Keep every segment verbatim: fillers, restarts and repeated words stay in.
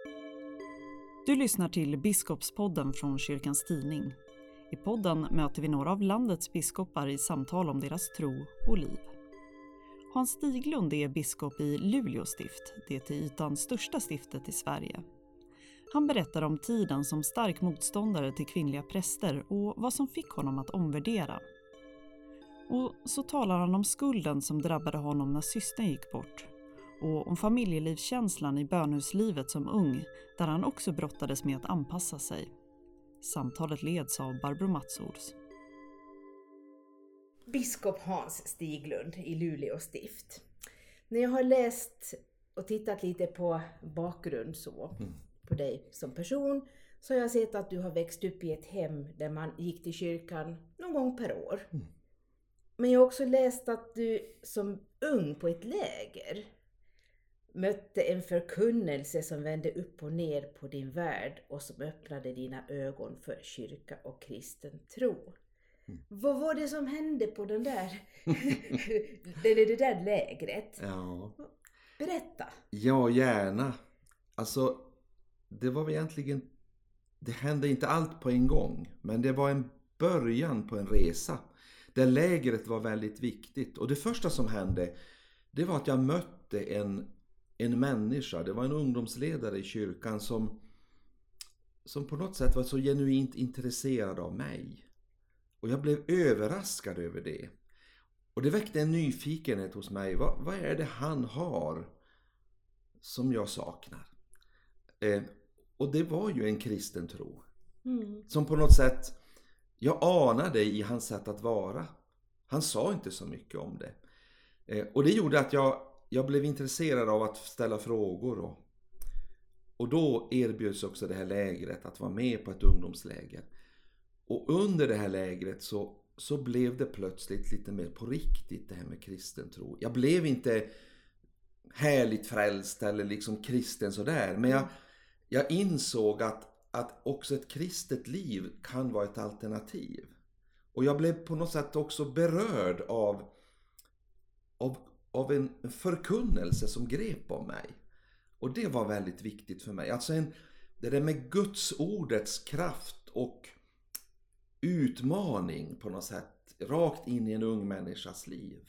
Du lyssnar till Biskopspodden från Kyrkans Tidning. I podden möter vi några av landets biskopar i samtal om deras tro och liv. Hans Stiglund är biskop i Luleå stift, det till ytan största stiftet i Sverige. Han berättar om tiden som stark motståndare till kvinnliga präster och vad som fick honom att omvärdera. Och så talar han om skulden som drabbade honom när systern gick bort. Och om familjelivskänslan i bönhuslivet som ung, där han också brottades med att anpassa sig. Samtalet leds av Barbro Matsors. Biskop Hans Stiglund i Luleå stift. När jag har läst och tittat lite på bakgrund så, mm. på dig som person, så har jag sett att du har växt upp i ett hem där man gick till kyrkan någon gång per år. Mm. Men jag har också läst att du som ung på ett läger mötte en förkunnelse som vände upp och ner på din värld och som öppnade dina ögon för kyrka och kristen tro. Mm. Vad var det som hände på den där, det, det där lägret? Ja. Berätta. Ja, gärna. Alltså, det var egentligen, det hände inte allt på en gång, men det var en början på en resa. Det lägret var väldigt viktigt. Och det första som hände, det var att jag mötte en En människa, det var en ungdomsledare i kyrkan som, som på något sätt var så genuint intresserad av mig. Och jag blev överraskad över det. Och det väckte en nyfikenhet hos mig. Vad, vad är det han har som jag saknar? Eh, och det var ju en kristen tro. Mm. Som på något sätt, jag anade i hans sätt att vara. Han sa inte så mycket om det. Eh, och det gjorde att jag Jag blev intresserad av att ställa frågor och, och då erbjöds också det här lägret att vara med på ett ungdomsläger. Och under det här lägret så, så blev det plötsligt lite mer på riktigt det här med kristen tro. Jag blev inte härligt frälst eller liksom kristen sådär, men jag, jag insåg att, att också ett kristet liv kan vara ett alternativ. Och jag blev på något sätt också berörd av av av en förkunnelse som grep om mig. Och det var väldigt viktigt för mig. Alltså en, det där med Guds ordets kraft och utmaning på något sätt rakt in i en ung människas liv.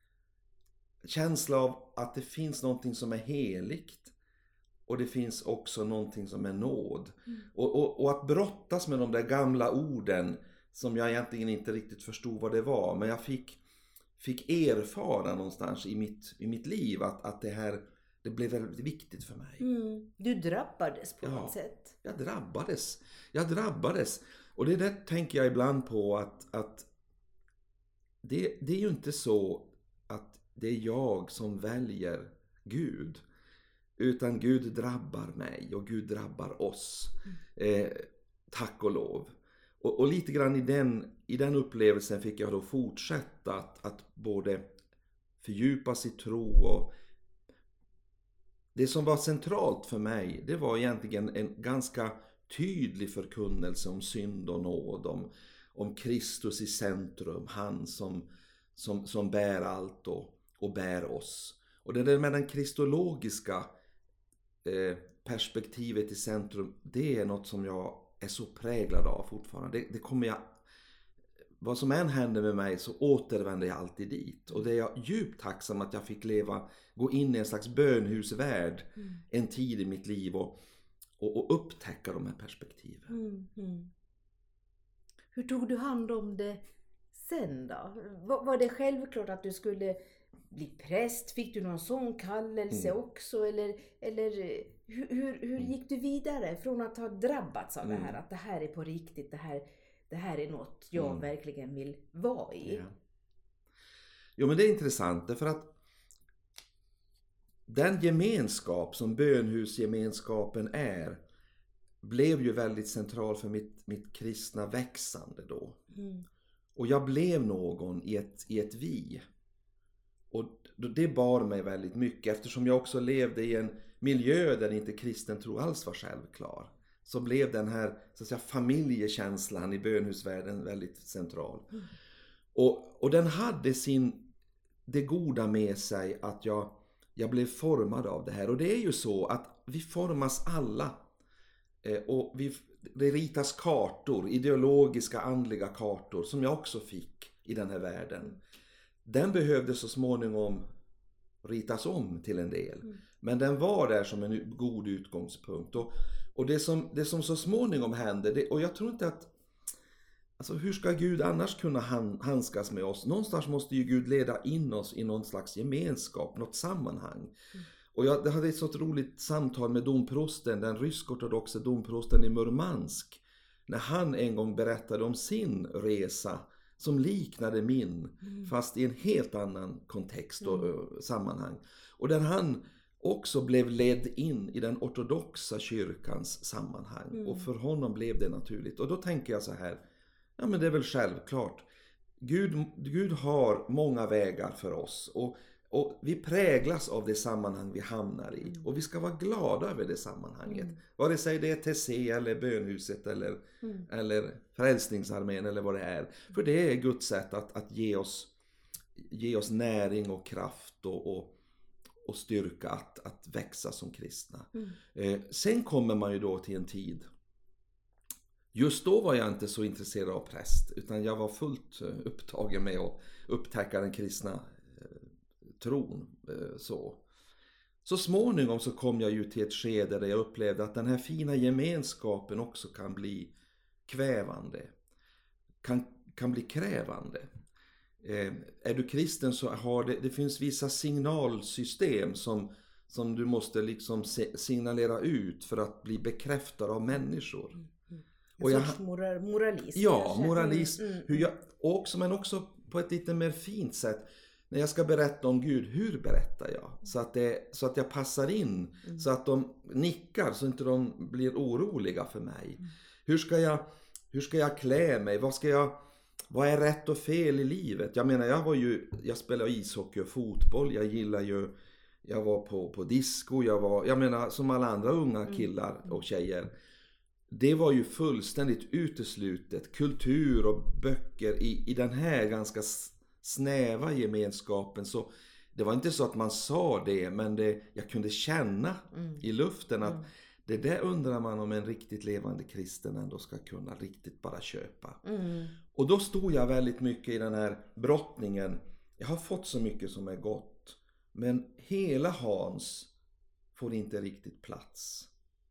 Känsla av att det finns någonting som är heligt och det finns också någonting som är nåd. Mm. Och, och, och att brottas med de där gamla orden som jag egentligen inte riktigt förstod vad det var, men jag fick fick erfara någonstans i mitt, i mitt liv att, att det här, det blev väldigt viktigt för mig. Mm. Du drabbades på ja, något sätt. jag drabbades. Jag drabbades. Och det där tänker jag ibland på att, att det, det är ju inte så att det är jag som väljer Gud. Utan Gud drabbar mig och Gud drabbar oss. Mm. Eh, tack och lov. Och, och lite grann i den, i den upplevelsen fick jag då fortsätta att, att både fördjupa sig tro och det som var centralt för mig, det var egentligen en ganska tydlig förkunnelse om synd och nåd, om, om Kristus i centrum, han som, som, som bär allt och, och bär oss. Och det där med den kristologiska eh, perspektivet i centrum, det är något som jag är så präglad av fortfarande. Det, det kommer jag, vad som än händer med mig så återvänder jag alltid dit. Och det är jag djupt tacksam att jag fick leva, gå in i en slags bönhusvärld mm. en tid i mitt liv och, och, och upptäcka de här perspektiven. Mm, mm. Hur tog du hand om det sen då? Var, var det självklart att du skulle bli präst? Fick du någon sån kallelse mm. också? Eller, eller hur, hur, hur gick du vidare från att ha drabbats av mm. det här? Att det här är på riktigt, det här, det här är något jag mm. verkligen vill vara i. Ja. Jo, men det är intressant därför att den gemenskap som bönhusgemenskapen är blev ju väldigt central för mitt, mitt kristna växande då. Mm. Och jag blev någon i ett, i ett vi. Och det bar mig väldigt mycket eftersom jag också levde i en miljö där inte kristen tro alls var självklar. Så blev den här så att säga, familjekänslan i bönhusvärlden väldigt central. Mm. Och, och den hade sin, det goda med sig att jag jag blev formad av det här. Och det är ju så att vi formas alla. Eh, och vi, det ritas kartor, ideologiska, andliga kartor, som jag också fick i den här världen. Den behövde så småningom ritas om till en del. Mm. Men den var där som en god utgångspunkt. Och, och det, som, det som så småningom hände, det, och jag tror inte att, alltså hur ska Gud annars kunna handskas med oss? Någonstans måste ju Gud leda in oss i någon slags gemenskap, något sammanhang. Mm. Och jag hade ett så roligt samtal med domprosten, den rysk-ortodoxa domprosten i Murmansk. När han en gång berättade om sin resa som liknade min, mm. fast i en helt annan kontext och mm. sammanhang. Och där han också blev ledd in i den ortodoxa kyrkans sammanhang. Mm. Och för honom blev det naturligt. Och då tänker jag så här, ja men det är väl självklart. Gud, Gud har många vägar för oss. Och, och vi präglas av det sammanhang vi hamnar i. Mm. Och vi ska vara glada över det sammanhanget. Mm. Vare sig det är T C eller bönhuset eller, mm. eller frälsningsarmén eller vad det är. För det är Guds sätt att, att ge, oss, ge oss näring och kraft och, och, och styrka att, att växa som kristna. Mm. Eh, sen kommer man ju då till en tid. Just då var jag inte så intresserad av präst, utan jag var fullt upptagen med att upptäcka den kristna eh, tron. Eh, så. så småningom så kom jag ju till ett skede där jag upplevde att den här fina gemenskapen också kan bli kvävande. Kan, kan bli krävande. Eh, är du kristen så har det, det finns vissa signalsystem som, som du måste liksom se, signalera ut för att bli bekräftad av människor. Mm. En och sorts jag, moral, moralism. Ja, moralism. Mm, mm. Hur jag, också, men också på ett lite mer fint sätt. När jag ska berätta om Gud, hur berättar jag? Så att, det, så att jag passar in. Mm. Så att de nickar, så inte de blir oroliga för mig. Mm. Hur ska jag, hur ska jag klä mig? Vad ska jag... Vad är rätt och fel i livet? Jag menar, jag var ju... Jag spelade ishockey och fotboll. Jag gillar ju... Jag var på, på disco. Jag var... Jag menar, som alla andra unga killar och tjejer. Det var ju fullständigt uteslutet. Kultur och böcker i, i den här ganska snäva gemenskapen. Så det var inte så att man sa det, men det, jag kunde känna mm. i luften att mm. det där undrar man om en riktigt levande kristen ändå ska kunna riktigt bara köpa. Mm. Och då stod jag väldigt mycket i den här brottningen. Jag har fått så mycket som är gott, men hela Hans får inte riktigt plats.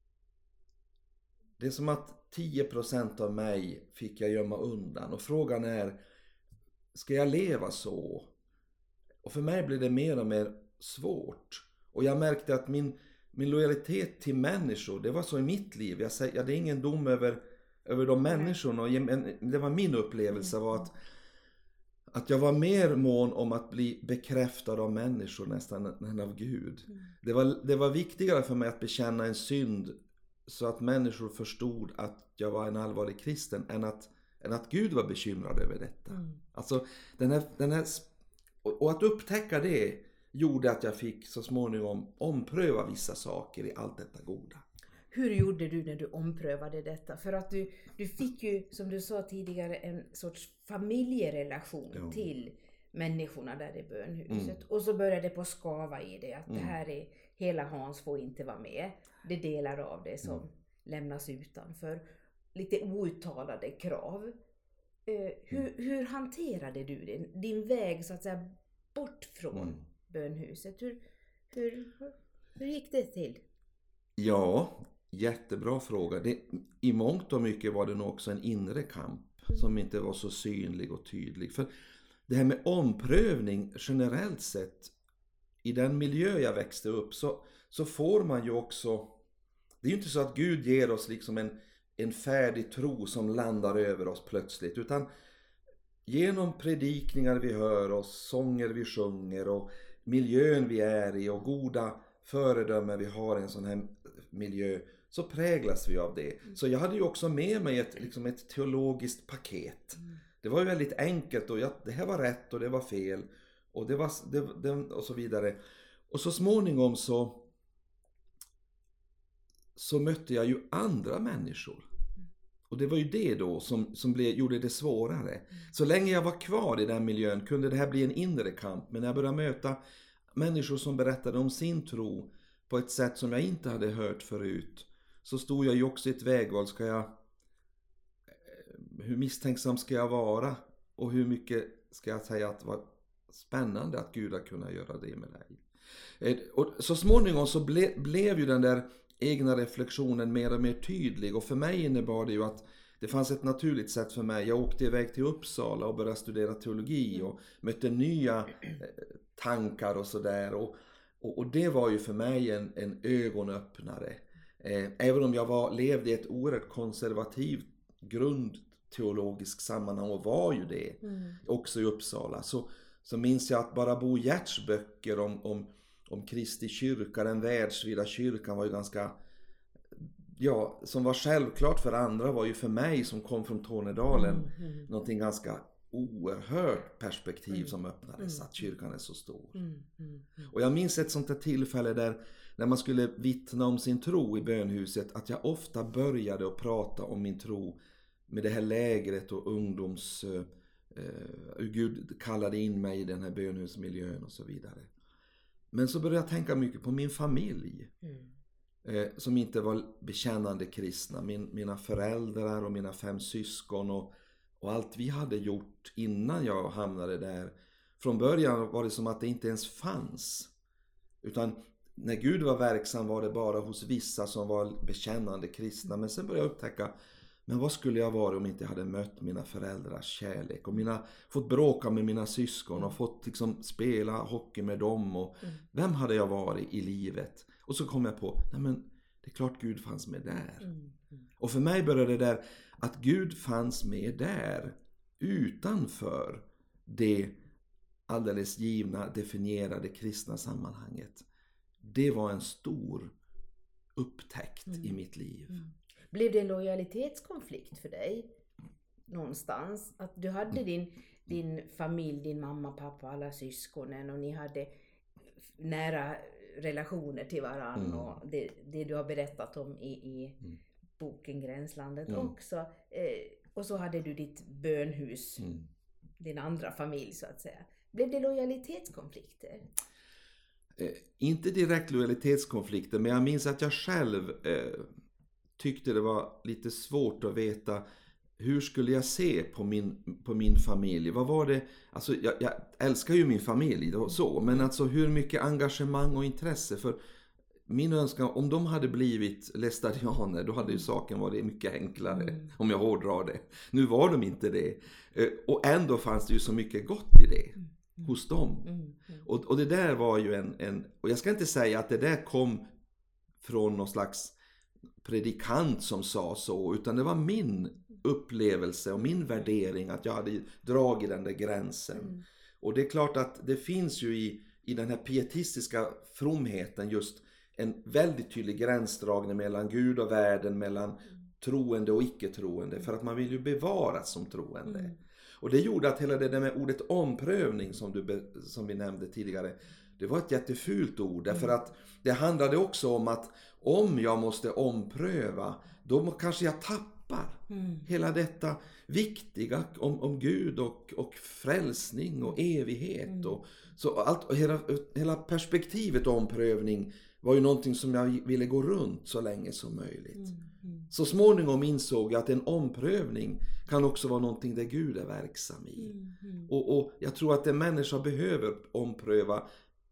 Det är som att tio procent av mig fick jag gömma undan. Och frågan är, ska jag leva så? Och för mig blev det mer och mer svårt. Och jag märkte att min, min lojalitet till människor, det var så i mitt liv. Jag säger, ja, det är ingen dom över, över de människorna. Och det var min upplevelse var att, att jag var mer mån om att bli bekräftad av människor nästan än av Gud. Det var, det var viktigare för mig att bekänna en synd så att människor förstod att jag var en allvarlig kristen än att, än att Gud var bekymrad över detta. Mm. Alltså, den här, den här, och att upptäcka det gjorde att jag fick så småningom ompröva vissa saker i allt detta goda. Hur gjorde du när du omprövade detta? För att du, du fick ju, som du sa tidigare, en sorts familjerelation ja. till människorna där i bönhuset. Mm. Och så började det på skava i det att mm. det här är, hela Hans får inte vara med. Det delar av det som mm. lämnas utanför. Lite outtalade krav. Eh, hur, mm. hur hanterade du din, din väg så att säga bort från mm. bönhuset? Hur, hur, hur gick det till? Ja, jättebra fråga. Det, i mångt och mycket var det nog också en inre kamp mm. som inte var så synlig och tydlig. För det här med omprövning generellt sett, i den miljö jag växte upp så, så får man ju också, det är ju inte så att Gud ger oss liksom en, en färdig tro som landar över oss plötsligt, utan genom predikningar vi hör oss, sånger vi sjunger och miljön vi är i och goda föredömen vi har i en sån här miljö, så präglas vi av det. Så jag hade ju också med mig ett, liksom ett teologiskt paket. Det var ju väldigt enkelt och jag, det här var rätt och det var fel och det var det, det, och så vidare. Och så småningom så så mötte jag ju andra människor. Och det var ju det då som, som blev, gjorde det svårare. Så länge jag var kvar i den miljön kunde det här bli en inre kamp. Men när jag började möta människor som berättade om sin tro på ett sätt som jag inte hade hört förut, så stod jag ju också i ett vägval. Ska jag, hur misstänksam ska jag vara? Och hur mycket ska jag säga att det var spännande att Gud har kunnat göra det med dig? Och så småningom så ble, blev ju den där egna reflektionen mer och mer tydlig. Och för mig innebar det ju att det fanns ett naturligt sätt för mig. Jag åkte iväg till Uppsala och började studera teologi och mötte nya tankar och sådär. Och, och, och det var ju för mig en, en ögonöppnare. Eh, även om jag var, levde i ett oerhört konservativt grundteologiskt sammanhang och var ju det mm. också i Uppsala. Så, så minns jag att bara Bo Giertz böcker om, om, om Kristi kyrka, den världsvida kyrkan, var ju ganska... Ja, som var självklart för andra var ju för mig som kom från Tornedalen mm, mm. någonting ganska oerhört perspektiv mm, som öppnades, mm, att kyrkan är så stor. Mm, mm, mm. Och jag minns ett sånt där tillfälle där när man skulle vittna om sin tro i bönhuset, att jag ofta började att prata om min tro med det här lägret och ungdoms... Uh, uh, Gud kallade in mig i den här bönhusmiljön och så vidare. Men så började jag tänka mycket på min familj. Mm. Eh, som inte var bekännande kristna. Min, mina föräldrar och mina fem syskon och, och allt vi hade gjort innan jag hamnade där. Från början var det som att det inte ens fanns. Utan när Gud var verksam var det bara hos vissa som var bekännande kristna. Men sen började jag upptäcka, men vad skulle jag vara om inte jag hade mött mina föräldrars kärlek? Och mina, fått bråka med mina syskon och fått liksom spela hockey med dem. Och mm. vem hade jag varit i livet? Och så kom jag på, nej men det är klart Gud fanns med där. Mm. Mm. Och för mig började det där att Gud fanns med där utanför det alldeles givna, definierade kristna sammanhanget. Det var en stor upptäckt mm. i mitt liv. Mm. Blev det en lojalitetskonflikt för dig någonstans? Att du hade din, din familj, din mamma, pappa, alla syskonen och ni hade nära relationer till varandra mm. och det, det du har berättat om i, i mm. boken Gränslandet mm. också. Eh, och så hade du ditt bönhus, mm. din andra familj så att säga. Blev det lojalitetskonflikter? Eh, inte direkt lojalitetskonflikter, men jag minns att jag själv eh, tyckte det var lite svårt att veta hur skulle jag se på min, på min familj. Vad var det? Alltså jag, jag älskar ju min familj och så, men alltså hur mycket engagemang och intresse, för min önskan, om de hade blivit lästadianer, då hade ju saken varit mycket enklare, mm. om jag hårdrar det. Nu var de inte det. Och ändå fanns det ju så mycket gott i det mm. hos dem. Mm. Mm. Och, och det där var ju en, en, och jag ska inte säga att det där kom från någon slags predikant som sa så, utan det var min upplevelse och min värdering att jag hade dragit den där gränsen. Mm. Och det är klart att det finns ju i, i den här pietistiska fromheten just en väldigt tydlig gränsdragning mellan Gud och världen, mellan mm. troende och icke-troende, för att man vill ju bevaras som troende. Mm. Och det gjorde att hela det där med ordet omprövning som, du, som vi nämnde tidigare, det var ett jättefult ord, därför mm. att det handlade också om att om jag måste ompröva, då kanske jag tappar mm. hela detta viktiga om, om Gud och, och frälsning och evighet. Mm. Och, så allt, och hela, hela perspektivet omprövning var ju någonting som jag ville gå runt så länge som möjligt. Mm. Mm. Så småningom insåg jag att en omprövning kan också vara någonting där Gud är verksam i. Mm. Mm. Och, och jag tror att en människa behöver ompröva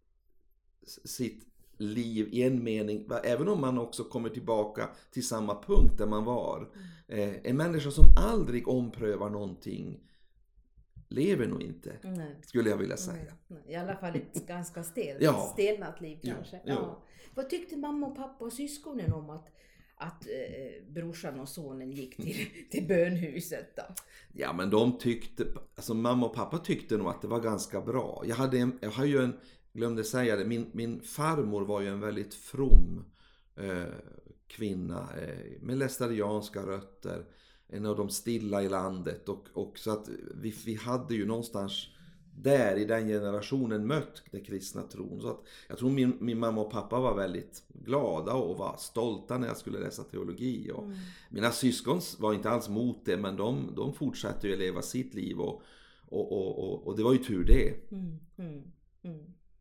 sitt liv i en mening, även om man också kommer tillbaka till samma punkt där man var. Mm. Eh, en människa som aldrig omprövar någonting lever nog inte, nej. Skulle jag vilja säga. Nej. I alla fall ett ganska stel, ja. stelnat liv kanske. Ja. Ja. Vad tyckte mamma och pappa och syskonen om att, att eh, brorsan och sonen gick till, till bönhuset då? Ja, men de tyckte, alltså mamma och pappa tyckte nog att det var ganska bra. Jag hade en, jag har ju en glömde säga det, min, min farmor var ju en väldigt from eh, kvinna eh, med lästadianska rötter, en av de stilla i landet, och, och så att vi, vi hade ju någonstans där i den generationen mött det kristna tron, så att jag tror min, min mamma och pappa var väldigt glada och var stolta när jag skulle läsa teologi, och mm. mina syskon var inte alls mot det, men de, de fortsatte ju leva sitt liv, och, och, och, och, och det var ju tur det. Mm, mm, mm.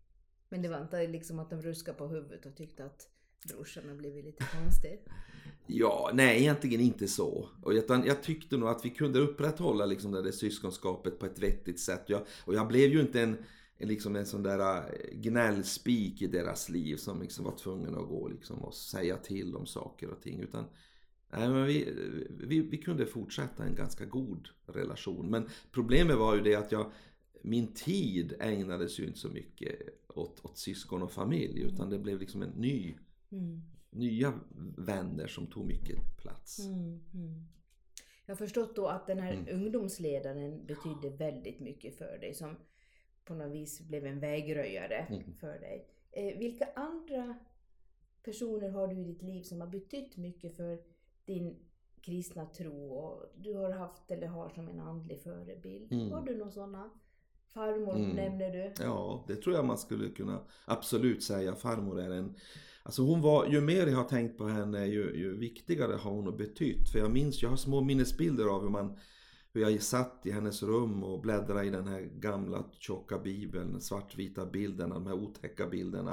Men det var inte liksom att de ruskade på huvudet och tyckte att brorsan har blivit lite konstig? Ja, nej egentligen inte så. Och jag, jag tyckte nog att vi kunde upprätthålla liksom det där syskonskapet på ett vettigt sätt. Jag, och jag blev ju inte en, en, liksom en sån där gnällspik i deras liv som liksom var tvungen att gå liksom och säga till om saker och ting. Utan nej, men vi, vi, vi kunde fortsätta en ganska god relation. Men problemet var ju det att jag, min tid ägnades ju inte så mycket åt, åt syskon och familj. Utan det blev liksom en ny... Mm. nya vänner som tog mycket plats. Mm, mm. Jag har förstått då att den här mm. ungdomsledaren betydde väldigt mycket för dig, som på något vis blev en vägröjare mm. för dig. Eh, vilka andra personer har du i ditt liv som har betytt mycket för din kristna tro och du har haft eller har som en andlig förebild? Mm. Har du någon sådana? Farmor mm. nämner du? Ja, det tror jag man skulle kunna absolut säga. Farmor är en... Alltså hon var, ju mer jag har tänkt på henne, ju, ju viktigare har hon betytt. För jag minns, jag har små minnesbilder av hur, man, hur jag satt i hennes rum och bläddrade i den här gamla tjocka bibeln, svartvita bilderna, de här otäcka bilderna.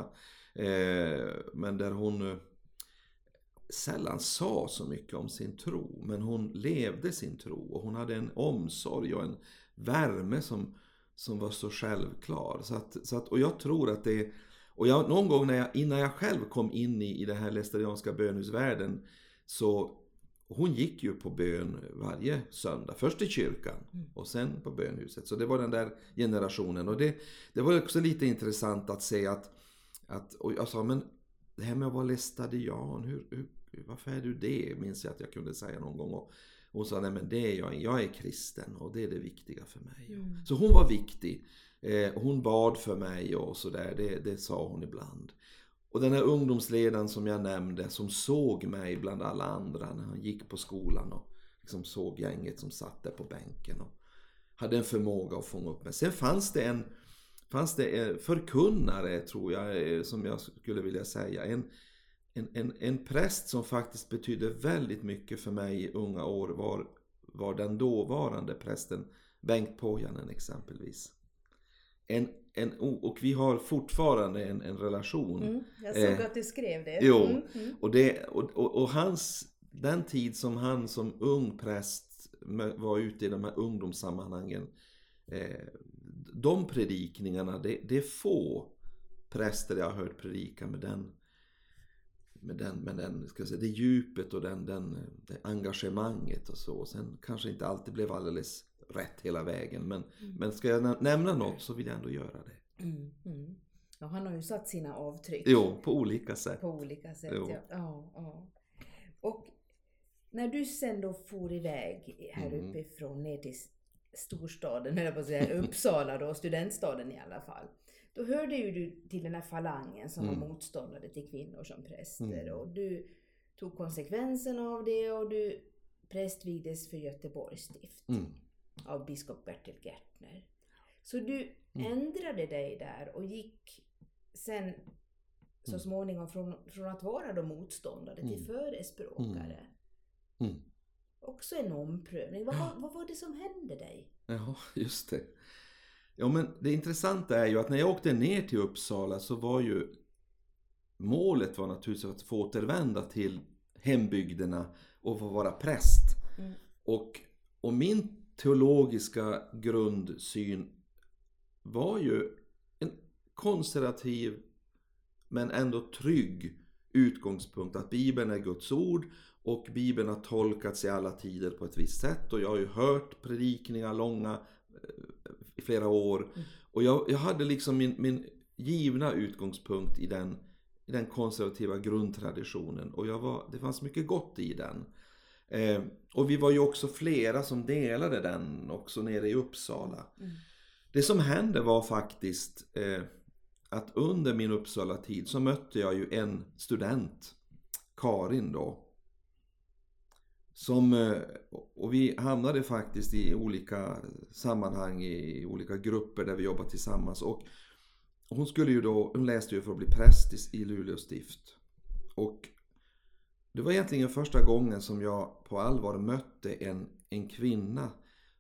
Eh, men där hon eh, sällan sa så mycket om sin tro, men hon levde sin tro. Och hon hade en omsorg och en värme som, som var så självklar. Så att, så att, och jag tror att det Och jag, någon gång när jag, innan jag själv kom in i, i den här lästadianska bönhusvärlden, så hon gick ju på bön varje söndag. Först i kyrkan och sen på bönhuset. Så det var den där generationen. Och det, det var också lite intressant att se att, att och jag sa, men det här med att vara lästadian, hur, hur, varför är du det? Minns jag att jag kunde säga någon gång. Och hon sa, nej men det är jag, jag är kristen och det är det viktiga för mig. Mm. Så hon var viktig. Eh, hon bad för mig och sådär, det, det sa hon ibland. Och den här ungdomsledaren som jag nämnde, som såg mig bland alla andra när han gick på skolan och liksom såg gänget som satt där på bänken och hade en förmåga att fånga upp mig. Sen fanns det en, fanns det en förkunnare, tror jag, som jag skulle vilja säga, en, en, en, en präst som faktiskt betydde väldigt mycket för mig i unga år var, var den dåvarande prästen Bengt Pojanen exempelvis. En, en, och vi har fortfarande en, en relation. Mm, jag såg eh, att du skrev det. Jo, mm, mm. och, det och, och, och hans, den tid som han som ung präst var ute i de här ungdomssammanhangen, eh, de predikningarna, det, det är få präster jag har hört predika med den, med den, med den ska jag säga, det djupet och den, den, det engagemanget och så. Sen kanske inte alltid blev alldeles rätt hela vägen, men, mm. men ska jag nämna något så vill jag ändå göra det. Mm, mm. Ja, han har ju satt sina avtryck. Jo, på olika sätt. På olika sätt, ja. Ja, ja. Och när du sen då for iväg här mm. uppifrån ner till storstaden, eller på att säga Uppsala då, studentstaden i alla fall. Då hörde ju du till den här falangen som mm. var motståndare till kvinnor som präster. Mm. Och du tog konsekvensen av det och du prästvigdes för Göteborgs stift. Mm. Av biskop Bertil Gärtner. Så du mm. ändrade dig där och gick sen så mm. småningom från, från att vara då motståndare mm. till förespråkare. Mm. Mm. Också en omprövning. Vad, vad, vad var det som hände dig? Ja, just det. Ja, men det intressanta är ju att när jag åkte ner till Uppsala så var ju målet var naturligtvis att få återvända till hembygderna och få vara präst. Mm. Och, och min teologiska grundsyn var ju en konservativ men ändå trygg utgångspunkt att Bibeln är Guds ord och Bibeln har tolkats i alla tider på ett visst sätt, och jag har ju hört predikningar långa i flera år mm. och jag, jag hade liksom min, min givna utgångspunkt i den, i den konservativa grundtraditionen, och jag var, det fanns mycket gott i den. Eh, och vi var ju också flera som delade den också nere i Uppsala. Mm. Det som hände var faktiskt eh, att under min Uppsala-tid så mötte jag ju en student, Karin då. Som, eh, och vi hamnade faktiskt i olika sammanhang, i olika grupper där vi jobbade tillsammans. Och hon skulle ju då, hon läste ju för att bli präst i Luleå stift. Och det var egentligen första gången som jag på allvar mötte en, en kvinna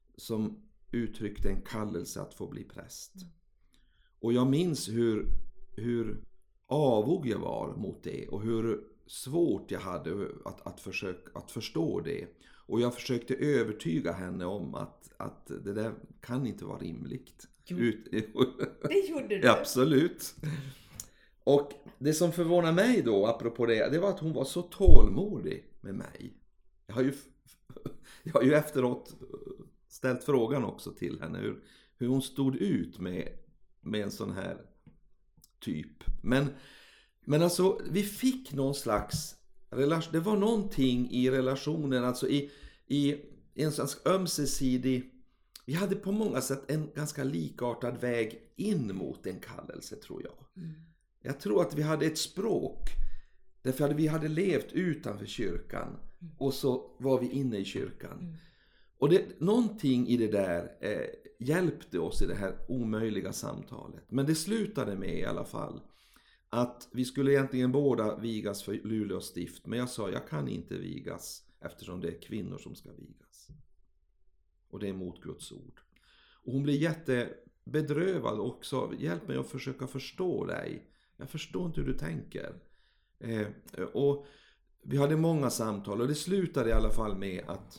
som uttryckte en kallelse att få bli präst. Mm. Och jag minns hur, hur avog jag var mot det och hur svårt jag hade att, att, försöka, att förstå det. Och jag försökte övertyga henne om att, att det där kan inte vara rimligt. Ut, det gjorde du. Absolut. Och det som förvånar mig då, apropå det, det var att hon var så tålmodig med mig. Jag har ju, jag har ju efteråt ställt frågan också till henne hur, hur hon stod ut med, med en sån här typ. Men, men alltså, vi fick någon slags relation. Det var någonting i relationen, alltså i, i en slags ömsesidig. Vi hade på många sätt en ganska likartad väg in mot en kallelse, tror jag. Mm. Jag tror att vi hade ett språk. Därför att vi hade levt utanför kyrkan. Mm. Och så var vi inne i kyrkan. Mm. Och det, någonting i det där eh, hjälpte oss i det här omöjliga samtalet. Men det slutade med i alla fall att vi skulle egentligen båda vigas för Luleå stift. Men jag sa, jag kan inte vigas eftersom det är kvinnor som ska vigas. Och det är mot Guds ord. Och hon blir jättebedrövad också. Hjälp mig att försöka förstå dig. Jag förstår inte hur du tänker. Eh, och vi hade många samtal. Och det slutade i alla fall med att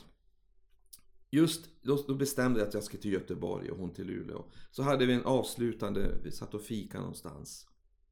just då, då bestämde jag att jag skulle till Göteborg och hon till Luleå. Så hade vi en avslutande, vi satt och fika någonstans.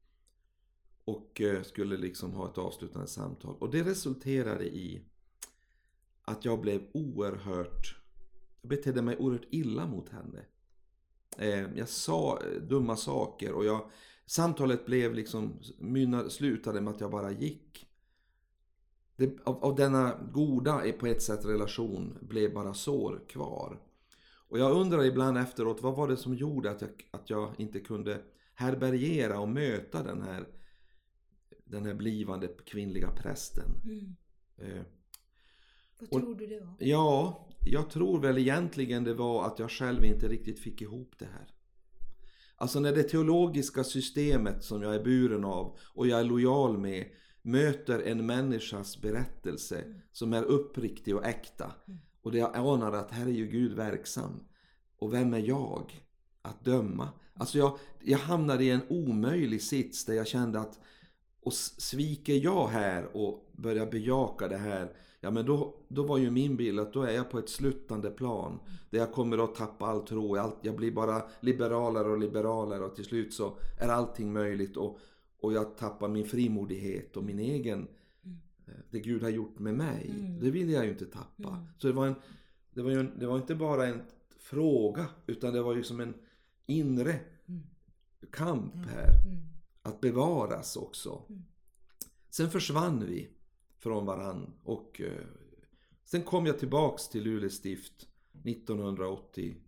Och eh, skulle liksom ha ett avslutande samtal. Och det resulterade i att jag blev oerhört, jag betedde mig oerhört illa mot henne. Eh, jag sa dumma saker och jag, samtalet blev liksom, mynna, slutade med att jag bara gick. Det, av, av denna goda på ett sätt relation blev bara sår kvar. Och jag undrar ibland efteråt, vad var det som gjorde att jag, att jag inte kunde härbärgera och möta den här, den här blivande kvinnliga prästen. Mm. Eh, vad tror du det var? Ja, jag tror väl egentligen det var att jag själv inte riktigt fick ihop det här. Alltså när det teologiska systemet som jag är buren av och jag är lojal med möter en människas berättelse mm. som är uppriktig och äkta. Mm. Och det jag anar att här är ju Gud verksam. Och vem är jag att döma? Alltså jag, jag hamnade i en omöjlig sits där jag kände att och sviker jag här och börjar bejaka det här, ja men då, då var ju min bild att då är jag på ett sluttande plan. Mm. Där jag kommer att tappa all tro. Allt, jag blir bara liberalare och liberalare och till slut så är allting möjligt och, och jag tappar min frimodighet och min egen, mm. det Gud har gjort med mig. Mm. Det vill jag ju inte tappa. Mm. Så det var, en, det, var ju en, det var inte bara en fråga utan det var ju som en inre mm. kamp här. Mm. Att bevaras också. Mm. Sen försvann vi från varann. Och eh, sen kom jag tillbaks till Luleå stift nittonhundraåttiosju.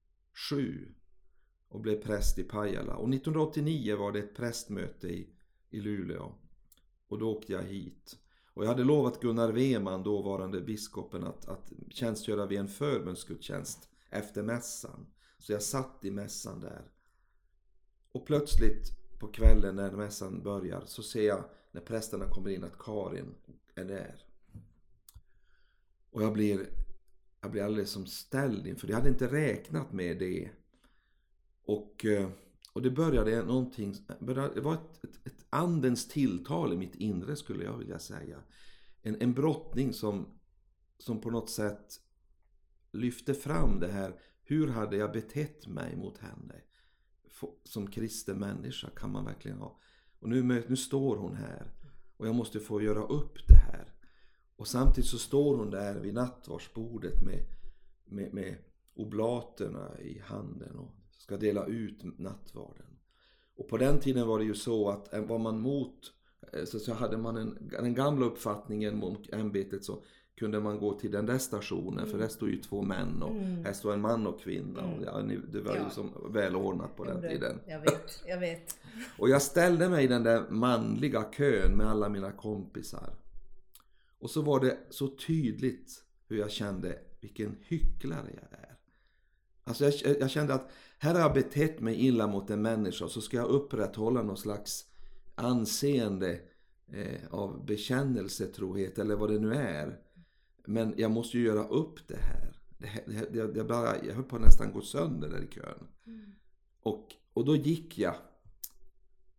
Och blev präst i Pajala. Och nittonhundraåttionio var det ett prästmöte i, i Luleå. Och då åkte jag hit. Och jag hade lovat Gunnar Weman, dåvarande biskopen, att, att tjänstgöra vid en förbönsgudstjänst efter mässan. Så jag satt i mässan där. Och plötsligt på kvällen när mässan börjar så ser jag när prästerna kommer in att Karin är där. Och jag blir, jag blir alldeles som ställd inför det. Jag hade inte räknat med det. Och, och det började någonting, det var ett, ett, ett andens tilltal i mitt inre skulle jag vilja säga. En, en brottning som, som på något sätt lyfte fram det här. Hur hade jag betett mig mot henne? Som kristen människa kan man verkligen ha. Och nu, nu står hon här. Och jag måste få göra upp det här. Och samtidigt så står hon där vid nattvardsbordet med, med, med oblaterna i handen. Och ska dela ut nattvarden. Och på den tiden var det ju så att var man mot. Så, så hade man en, den gamla uppfattningen mot ämbetet så. Kunde man gå till den där stationen. Mm. För där står ju två män. Och mm. här står en man och kvinna. Mm. Och ja, det var ja. ju som välordnat på den det, tiden. Jag vet, jag vet. Och jag ställde mig i den där manliga kön med alla mina kompisar. Och så var det så tydligt hur jag kände vilken hycklare jag är. Alltså jag, jag kände att här har jag betett mig illa mot en människa. Så ska jag upprätthålla någon slags anseende eh, av bekännelsetrohet eller vad det nu är. Men jag måste ju göra upp det här. Det, det, det, det bara, jag höll på att nästan gå sönder där i kön. Mm. Och, och då gick jag. Då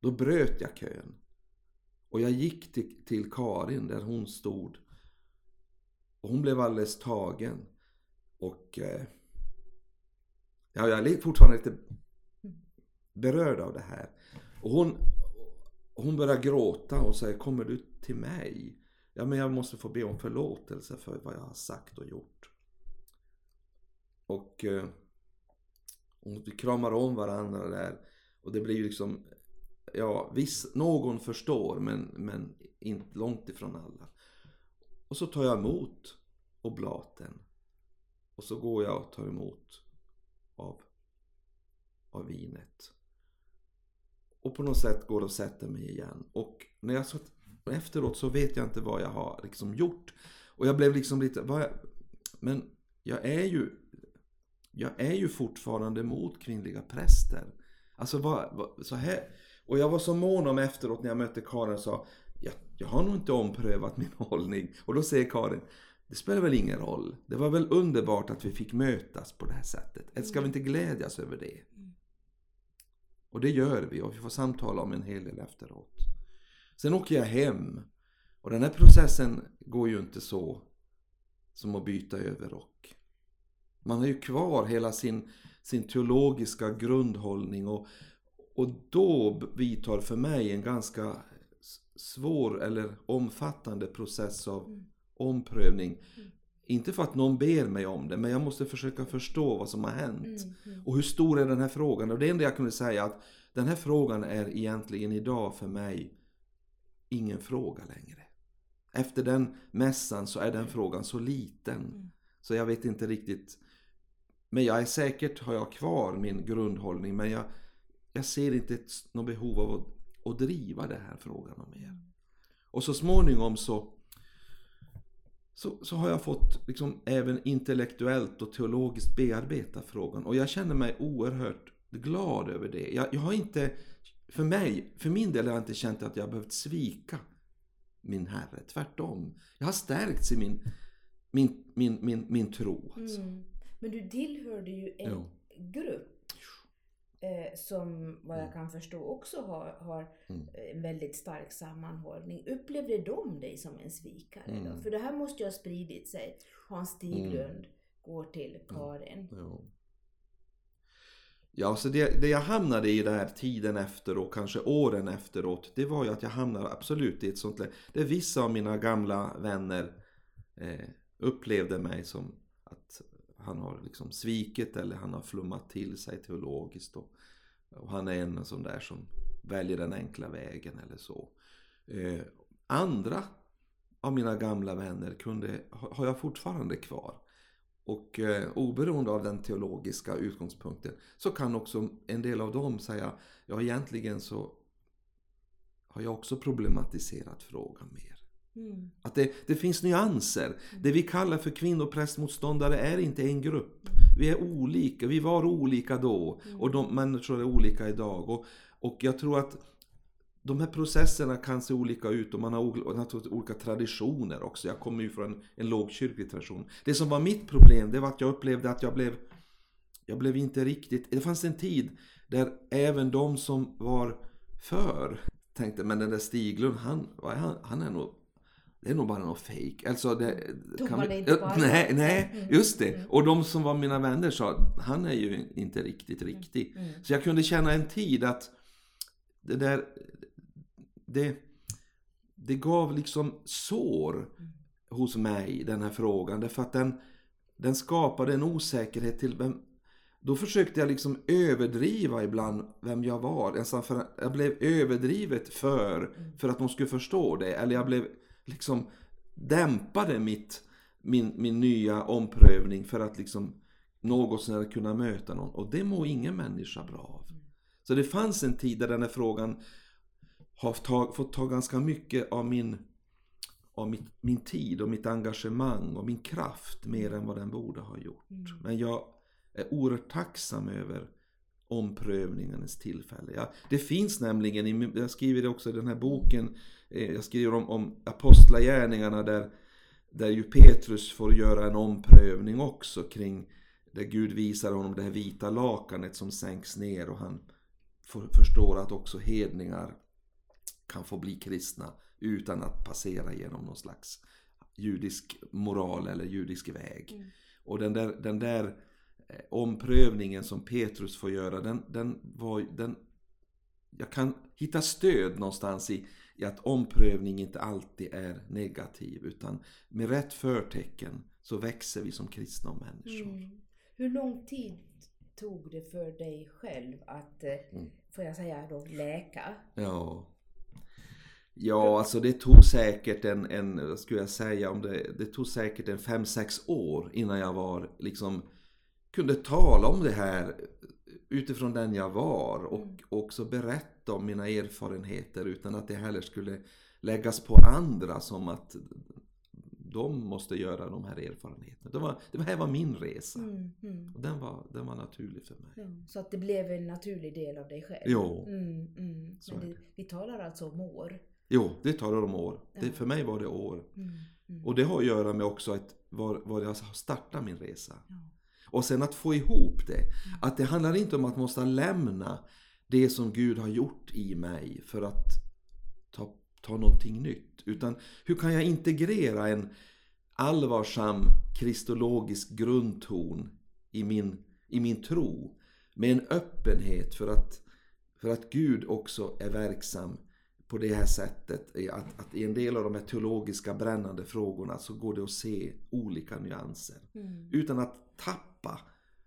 Då bröt jag kön. Och jag gick till, till Karin där hon stod. Och hon blev alldeles tagen. Och eh, ja, jag är fortfarande lite berörd av det här. Och hon, hon börjar gråta och säger, kommer du till mig? Ja, men jag måste få be om förlåtelse för vad jag har sagt och gjort. Och, eh, och vi kramar om varandra där. Och det blir liksom, ja, viss, någon förstår men, men inte långt ifrån alla. Och så tar jag emot oblaten. Och så går jag och tar emot av, av vinet. Och på något sätt går det och sätter mig igen. Och när jag satt efteråt så vet jag inte vad jag har liksom gjort. Och jag blev liksom lite, vad jag, men jag är ju jag är ju fortfarande mot kvinnliga präster. Alltså vad, vad, så här. Och jag var så mån om efteråt när jag mötte Karin och sa, jag, jag har nog inte omprövat min hållning. Och då säger Karin, det spelar väl ingen roll. Det var väl underbart att vi fick mötas på det här sättet. Eller ska vi inte glädjas över det? Och det gör vi, och vi får samtala om en hel del efteråt. Sen åker jag hem. Och den här processen går ju inte så som att byta överrock. Man har ju kvar hela sin, sin teologiska grundhållning. Och, och då vidtar för mig en ganska svår eller omfattande process av mm. omprövning. Mm. Inte för att någon ber mig om det, men jag måste försöka förstå vad som har hänt. Mm. Mm. Och hur stor är den här frågan? Och det enda jag kunde säga att den här frågan är egentligen idag för mig ingen fråga längre. Efter den mässan så är den frågan så liten. Mm. Så jag vet inte riktigt. Men jag är säkert, har jag kvar min grundhållning. Men jag, jag ser inte ett, något behov av att, att driva den här frågan om mer. Och så småningom så, så, så har jag fått liksom även intellektuellt och teologiskt bearbeta frågan. Och jag känner mig oerhört glad över det. Jag, jag har inte, för mig, för min del har jag inte känt att jag har behövt svika min Herre. Tvärtom. Jag har stärkts i min, min, min, min, min tro. Alltså. Mm. Men du tillhörde ju en ja. grupp eh, som vad jag kan förstå också har, har mm. en väldigt stark sammanhållning. Upplevde de dig som en svikare mm. då? För det här måste ju ha spridit sig. Hans Stiglund mm. går till Karin. Ja, ja. Ja, så det, det jag hamnade i den här tiden efter och kanske åren efteråt, det var ju att jag hamnade absolut i ett sånt läge. Det vissa av mina gamla vänner eh, upplevde mig som att han har liksom svikit eller han har flummat till sig teologiskt. Och, och han är en sån där som väljer den enkla vägen eller så. Eh, andra av mina gamla vänner kunde, har jag fortfarande kvar. Och eh, oberoende av den teologiska utgångspunkten så kan också en del av dem säga, ja egentligen så har jag också problematiserat frågan mer. Mm. Att det, det finns nyanser. Mm. Det vi kallar för kvinnoprästmotståndare är inte en grupp. Vi är olika, vi var olika då mm. och de människor är olika idag. Och, och jag tror att de här processerna kan se olika ut och man har naturligtvis olika traditioner också. Jag kommer ju från en lågkyrklig tradition. Det som var mitt problem, det var att jag upplevde att jag blev jag blev inte riktigt. Det fanns en tid där även de som var för tänkte, men den där Stiglund, han, han, han är nog det är nog bara något fake. Alltså det kan vi, äh, nej, nej, just det. Mm. Och de som var mina vänner sa, han är ju inte riktigt riktig. Mm. Mm. Så jag kunde känna en tid att det där Det, det gav liksom sår mm. hos mig, den här frågan. Därför att den, den skapade en osäkerhet till vem. Då försökte jag liksom överdriva ibland vem jag var. För jag blev överdrivet för, mm. för att de skulle förstå det. Eller jag blev liksom dämpade mitt, min, min nya omprövning för att liksom något sådär kunna möta någon. Och det må ingen människa bra av. Mm. Så det fanns en tid där den här frågan har tag, fått ta ganska mycket av min av mitt, min tid och mitt engagemang och min kraft mer än vad den borde ha gjort. Mm. Men jag är oerhört tacksam över omprövningens tillfälle. Ja, det finns nämligen, jag skriver det också i den här boken, jag skriver om, om apostlagärningarna där, där ju Petrus får göra en omprövning också kring där Gud visar honom det här vita lakanet som sänks ner och han för, förstår att också hedningar kan få bli kristna utan att passera genom någon slags judisk moral eller judisk väg. Mm. Och den där, den där eh, omprövningen som Petrus får göra, den, den var, den, jag kan hitta stöd någonstans i, i att omprövning inte alltid är negativ, utan med rätt förtecken så växer vi som kristna människor. Mm. Hur lång tid tog det för dig själv att, mm. får jag säga då, läka? Ja. Ja, alltså det tog säkert en, en vad skulle jag säga om det, det tog säkert en fem, sex år innan jag var liksom, kunde tala om det här utifrån den jag var och mm. också berätta om mina erfarenheter utan att det heller skulle läggas på andra som att de måste göra de här erfarenheterna. Det, var, det här var min resa. Mm, mm. Och den var, den var naturlig för mig. Ja, så att det blev en naturlig del av dig själv. Jo. Mm, mm. Men det, vi talar alltså om år. Jo, det talar om år. Ja. Det, för mig var det år. Mm, mm. Och det har att göra med också att var, var jag startade min resa. Ja. Och sen att få ihop det. Mm. Att det handlar inte om att man måste lämna det som Gud har gjort i mig för att ta, ta någonting nytt. Utan hur kan jag integrera en allvarsam kristologisk grundton i min, i min tro med en öppenhet för att, för att Gud också är verksam på det här sättet. Att, att i en del av de här teologiska brännande frågorna så går det att se olika nyanser. Mm. Utan att tappa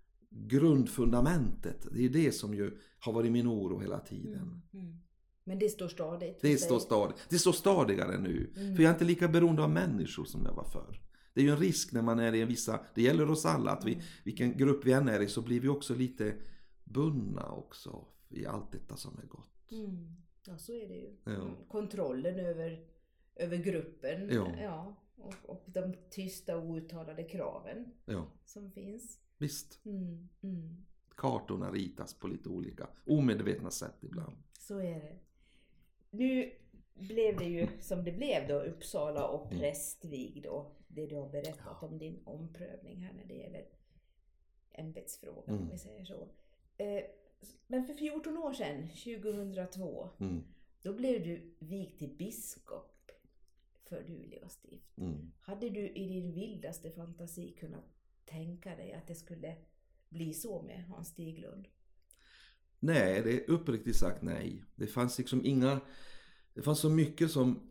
grundfundamentet. Det är det som ju har varit min oro hela tiden. Mm. Mm. Men det står stadigt. Det står stadigt. Det står stadigare nu. Mm. För jag är inte lika beroende av människor som jag var förr. Det är ju en risk när man är i en vissa... Det gäller oss alla. Att vi, mm. vilken grupp vi än är i så blir vi också lite bundna också i allt detta som är gott. Mm. Ja, så är det ju. Ja. Kontrollen över, över gruppen. Ja. Ja, och, och de tysta och outtalade kraven ja. Som finns. Visst. Mm. Mm. Kartorna ritas på lite olika omedvetna sätt ibland. Så är det. Nu blev det ju som det blev då, Uppsala och Prästvig då. Det du har berättat ja. Om din omprövning här när det gäller ämbetsfrågan, mm. om vi säger så. Eh, Men för fjorton år sedan, tjugohundratvå, mm. då blev du vigd till biskop för Luleå stift. Mm. Hade du i din vildaste fantasi kunnat tänka dig att det skulle bli så med Hans Stiglund? Nej, det är uppriktigt sagt nej. Det fanns liksom inga... Det fanns så mycket som,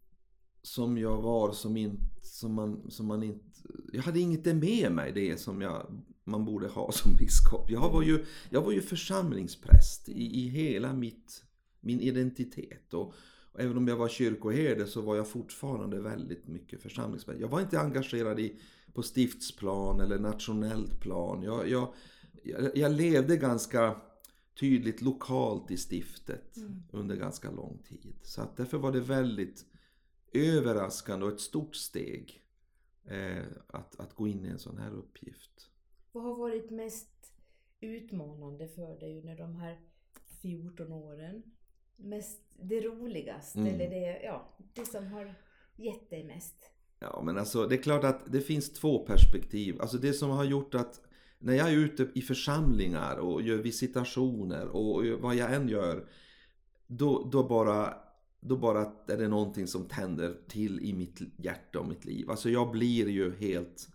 som jag var som, in, som, man, som man inte... Jag hade inget med mig det som jag... man borde ha som biskop. Jag var ju, jag var ju församlingspräst i, i hela mitt, min identitet. Och, och även om jag var kyrkoherde så var jag fortfarande väldigt mycket församlingspräst. Jag var inte engagerad i, på stiftsplan eller nationellt plan. Jag, jag, jag, jag levde ganska tydligt lokalt i stiftet mm. under ganska lång tid. Så att därför var det väldigt överraskande och ett stort steg eh, att, att gå in i en sån här uppgift. Vad har varit mest utmanande för dig under de här fjorton åren? Mest det roligaste mm. eller det, ja, det som har gett dig mest? Ja, men alltså det är klart att det finns två perspektiv. Alltså det som har gjort att när jag är ute i församlingar och gör visitationer och vad jag än gör, då, då bara... då bara är det någonting som tänder till i mitt hjärta och mitt liv. Alltså jag blir ju helt...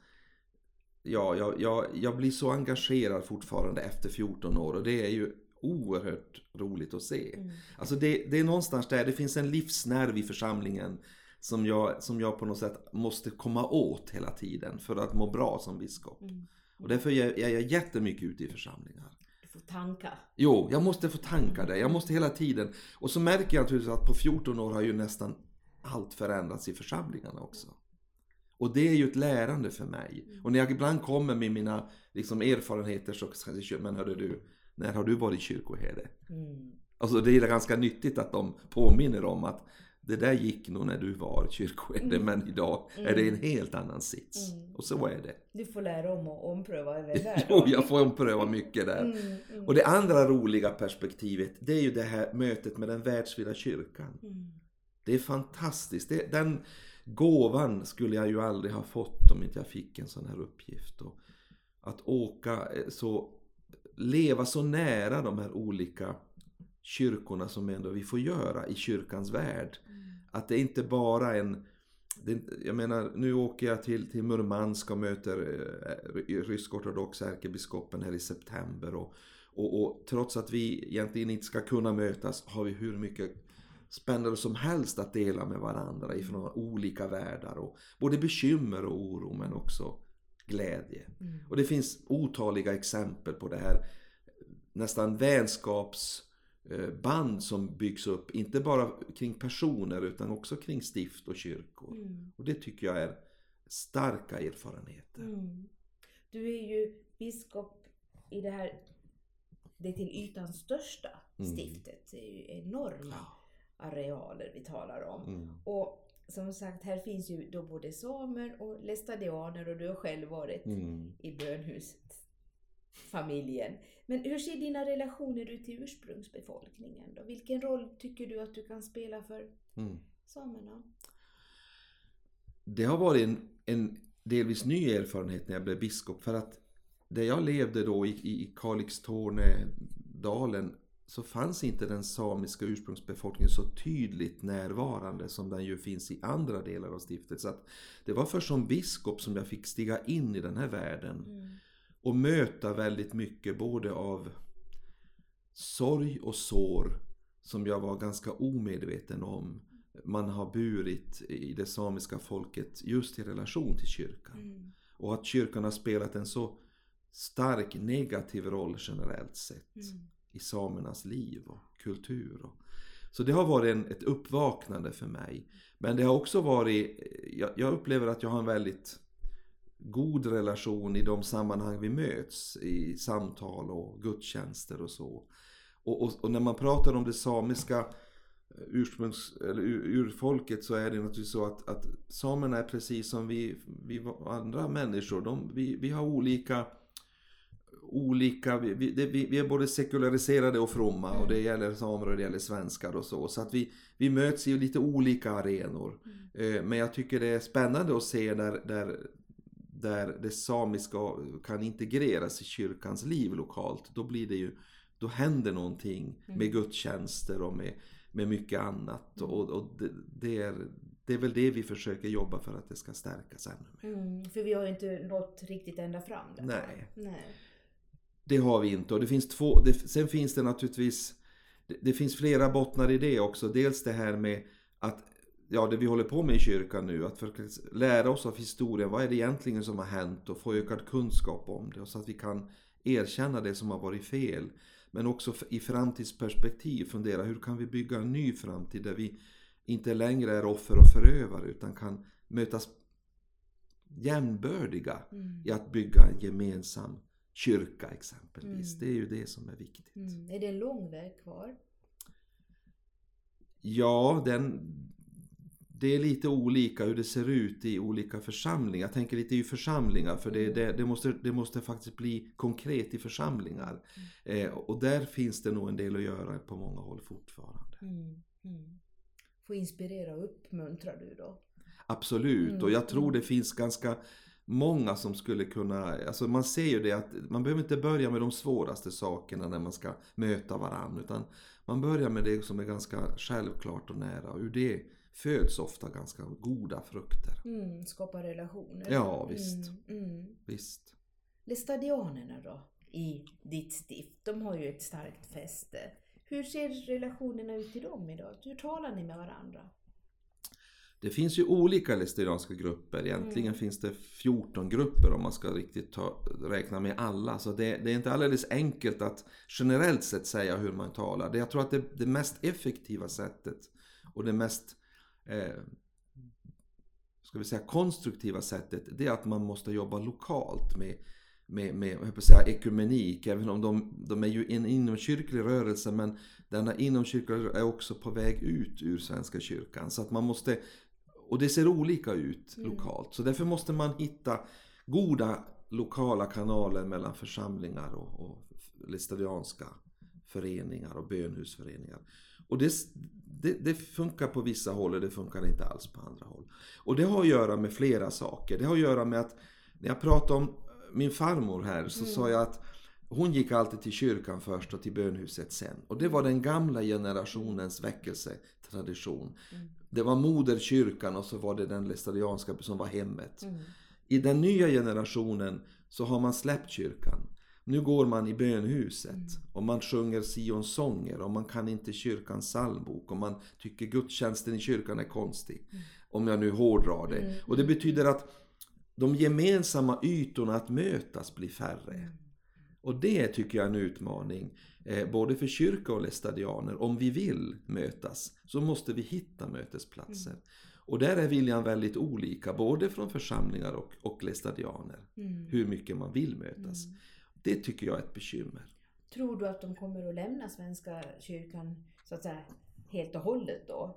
Ja, jag, jag, jag blir så engagerad fortfarande efter fjorton år och det är ju oerhört roligt att se. Mm. Alltså det, det är någonstans där, det finns en livsnerv i församlingen som jag, som jag på något sätt måste komma åt hela tiden för att må bra som biskop. Mm. Och därför är jag, jag jättemycket ute i församlingar. Du får tanka. Jo, jag måste få tanka det. Jag måste hela tiden. Och så märker jag naturligtvis att på fjorton år har ju nästan allt förändrats i församlingarna också. Och det är ju ett lärande för mig. Mm. Och när jag ibland kommer med mina liksom, erfarenheter så säger jag, men hörde du, när har du varit kyrkoherde? Mm. Alltså det är ganska nyttigt att de påminner om att det där gick nog när du var kyrkoherde, mm. men idag mm. är det en helt annan sits. Mm. Och så är det. Du får lära om och ompröva även där. Jo, jag får ompröva mycket där. Mm. Mm. Och det andra roliga perspektivet, det är ju det här mötet med den världsvida kyrkan. Mm. Det är fantastiskt. Det, den gåvan skulle jag ju aldrig ha fått om inte jag fick en sån här uppgift. Och att åka så, leva så nära de här olika kyrkorna som ändå vi får göra i kyrkans värld. Mm. Att det inte bara en... Det, jag menar, nu åker jag till, till Murmansk och möter eh, rysk-ortodox ärkebiskopen här i september. Och, och, och trots att vi egentligen inte ska kunna mötas har vi hur mycket spännande som helst att dela med varandra ifrån olika världar. Och både bekymmer och oro men också glädje. Mm. Och det finns otaliga exempel på det här nästan vänskapsband som byggs upp. Inte bara kring personer utan också kring stift och kyrkor. Mm. Och det tycker jag är starka erfarenheter. Mm. Du är ju biskop i det här, det till ytan största stiftet. Det är ju enorma arealer vi talar om. Mm. Och som sagt, här finns ju då både samer och lästadianer och du har själv varit mm. i bönhusfamiljen. Men hur ser dina relationer ut till ursprungsbefolkningen då? Vilken roll tycker du att du kan spela för mm. samerna? Det har varit en, en delvis ny erfarenhet när jag blev biskop, för att där jag levde då i, i Kalix-Tornedalen så fanns inte den samiska ursprungsbefolkningen så tydligt närvarande som den ju finns i andra delar av stiftet. Så att det var först som biskop som jag fick stiga in i den här världen mm. och möta väldigt mycket både av sorg och sår som jag var ganska omedveten om. Man har burit i det samiska folket just i relation till kyrkan. Mm. Och att kyrkan har spelat en så stark negativ roll generellt sett. Mm. i samernas liv och kultur. Så det har varit en, ett uppvaknande för mig. Men det har också varit, jag, jag upplever att jag har en väldigt god relation i de sammanhang vi möts, i samtal och gudstjänster och så. Och, och, och när man pratar om det samiska ursprungs, eller ur, urfolket så är det naturligtvis så att, att samerna är precis som vi, vi andra människor. De, vi, vi har olika... olika vi, vi, vi är både sekulariserade och fromma mm. och det gäller samer och det gäller svenskar och så. Så att vi, vi möts i lite olika arenor. Mm. Eh, men jag tycker det är spännande att se där, där, där det samiska kan integreras i kyrkans liv lokalt. Då blir det ju, då händer någonting mm. med gudstjänster och med, med mycket annat. Mm. Och, och det, det är... Det är väl det vi försöker jobba för att det ska stärkas ännu mer. Mm, för vi har ju inte nått riktigt ända fram där. Nej. Nej. Det har vi inte. Och det finns två, det, sen finns det naturligtvis, det, det finns flera bottnar i det också. Dels det här med att, ja det vi håller på med i kyrkan nu, att för, lära oss av historien, vad är det egentligen som har hänt och få ökad kunskap om det. Och så att vi kan erkänna det som har varit fel. Men också i framtidsperspektiv fundera, hur kan vi bygga en ny framtid där vi inte längre är offer och förövare utan kan mötas jämnbördiga mm. i att bygga en gemensam kyrka exempelvis. Mm. Det är ju det som är viktigt. Mm. Är det en lång väg kvar? Ja, den, det är lite olika hur det ser ut i olika församlingar. Jag tänker lite i församlingar för det, det, det, måste, det måste faktiskt bli konkret i församlingar. Mm. Eh, och där finns det nog en del att göra på många håll fortfarande. Mm. Mm. Få inspirera och uppmuntra du då? Absolut, mm. och jag tror det finns ganska många som skulle kunna, alltså man ser ju det att man behöver inte börja med de svåraste sakerna när man ska möta varandra, utan man börjar med det som är ganska självklart och nära, och ur det föds ofta ganska goda frukter. Mm, skapa relationer. Ja, visst. Mm, mm. visst. Lästadianerna då i ditt stift, de har ju ett starkt fäste. Hur ser relationerna ut till dem idag? Hur talar ni med varandra? Det finns ju olika lästadianska grupper. Egentligen mm. finns det fjorton grupper om man ska riktigt ta, räkna med alla. Så det, det är inte alldeles enkelt att generellt sett säga hur man talar. Det, jag tror att det, det mest effektiva sättet och det mest eh, ska vi säga, konstruktiva sättet, det är att man måste jobba lokalt med med, med jag vill säga, ekumenik, även om de, de är ju en inomkyrklig rörelse, men denna inomkyrkliga är också på väg ut ur Svenska kyrkan, så att man måste, och det ser olika ut mm. lokalt, så därför måste man hitta goda lokala kanaler mellan församlingar och, och lästadianska föreningar och bönhusföreningar, och det, det, det funkar på vissa håll och det funkar inte alls på andra håll, och det har att göra med flera saker. Det har att göra med att när jag pratar om min farmor här så mm. sa jag att hon gick alltid till kyrkan först och till bönhuset sen. Och det var den gamla generationens väckelsetradition. Mm. Det var moderkyrkan och så var det den lästadianska som var hemmet. Mm. I den nya generationen så har man släppt kyrkan. Nu går man i bönhuset mm. och man sjunger Sions sånger och man kan inte kyrkans psalmbok och man tycker gudstjänsten i kyrkan är konstig. Mm. Om jag nu hårdrar det. Mm. Och det betyder att de gemensamma ytorna att mötas blir färre. Mm. Och det tycker jag är en utmaning. Eh, både för kyrka och lästadianer. Om vi vill mötas så måste vi hitta mötesplatser. Mm. Och där är viljan väldigt olika. Både från församlingar och, och lästadianer. Mm. Hur mycket man vill mötas. Mm. Det tycker jag är ett bekymmer. Tror du att de kommer att lämna Svenska kyrkan så att säga helt och hållet då?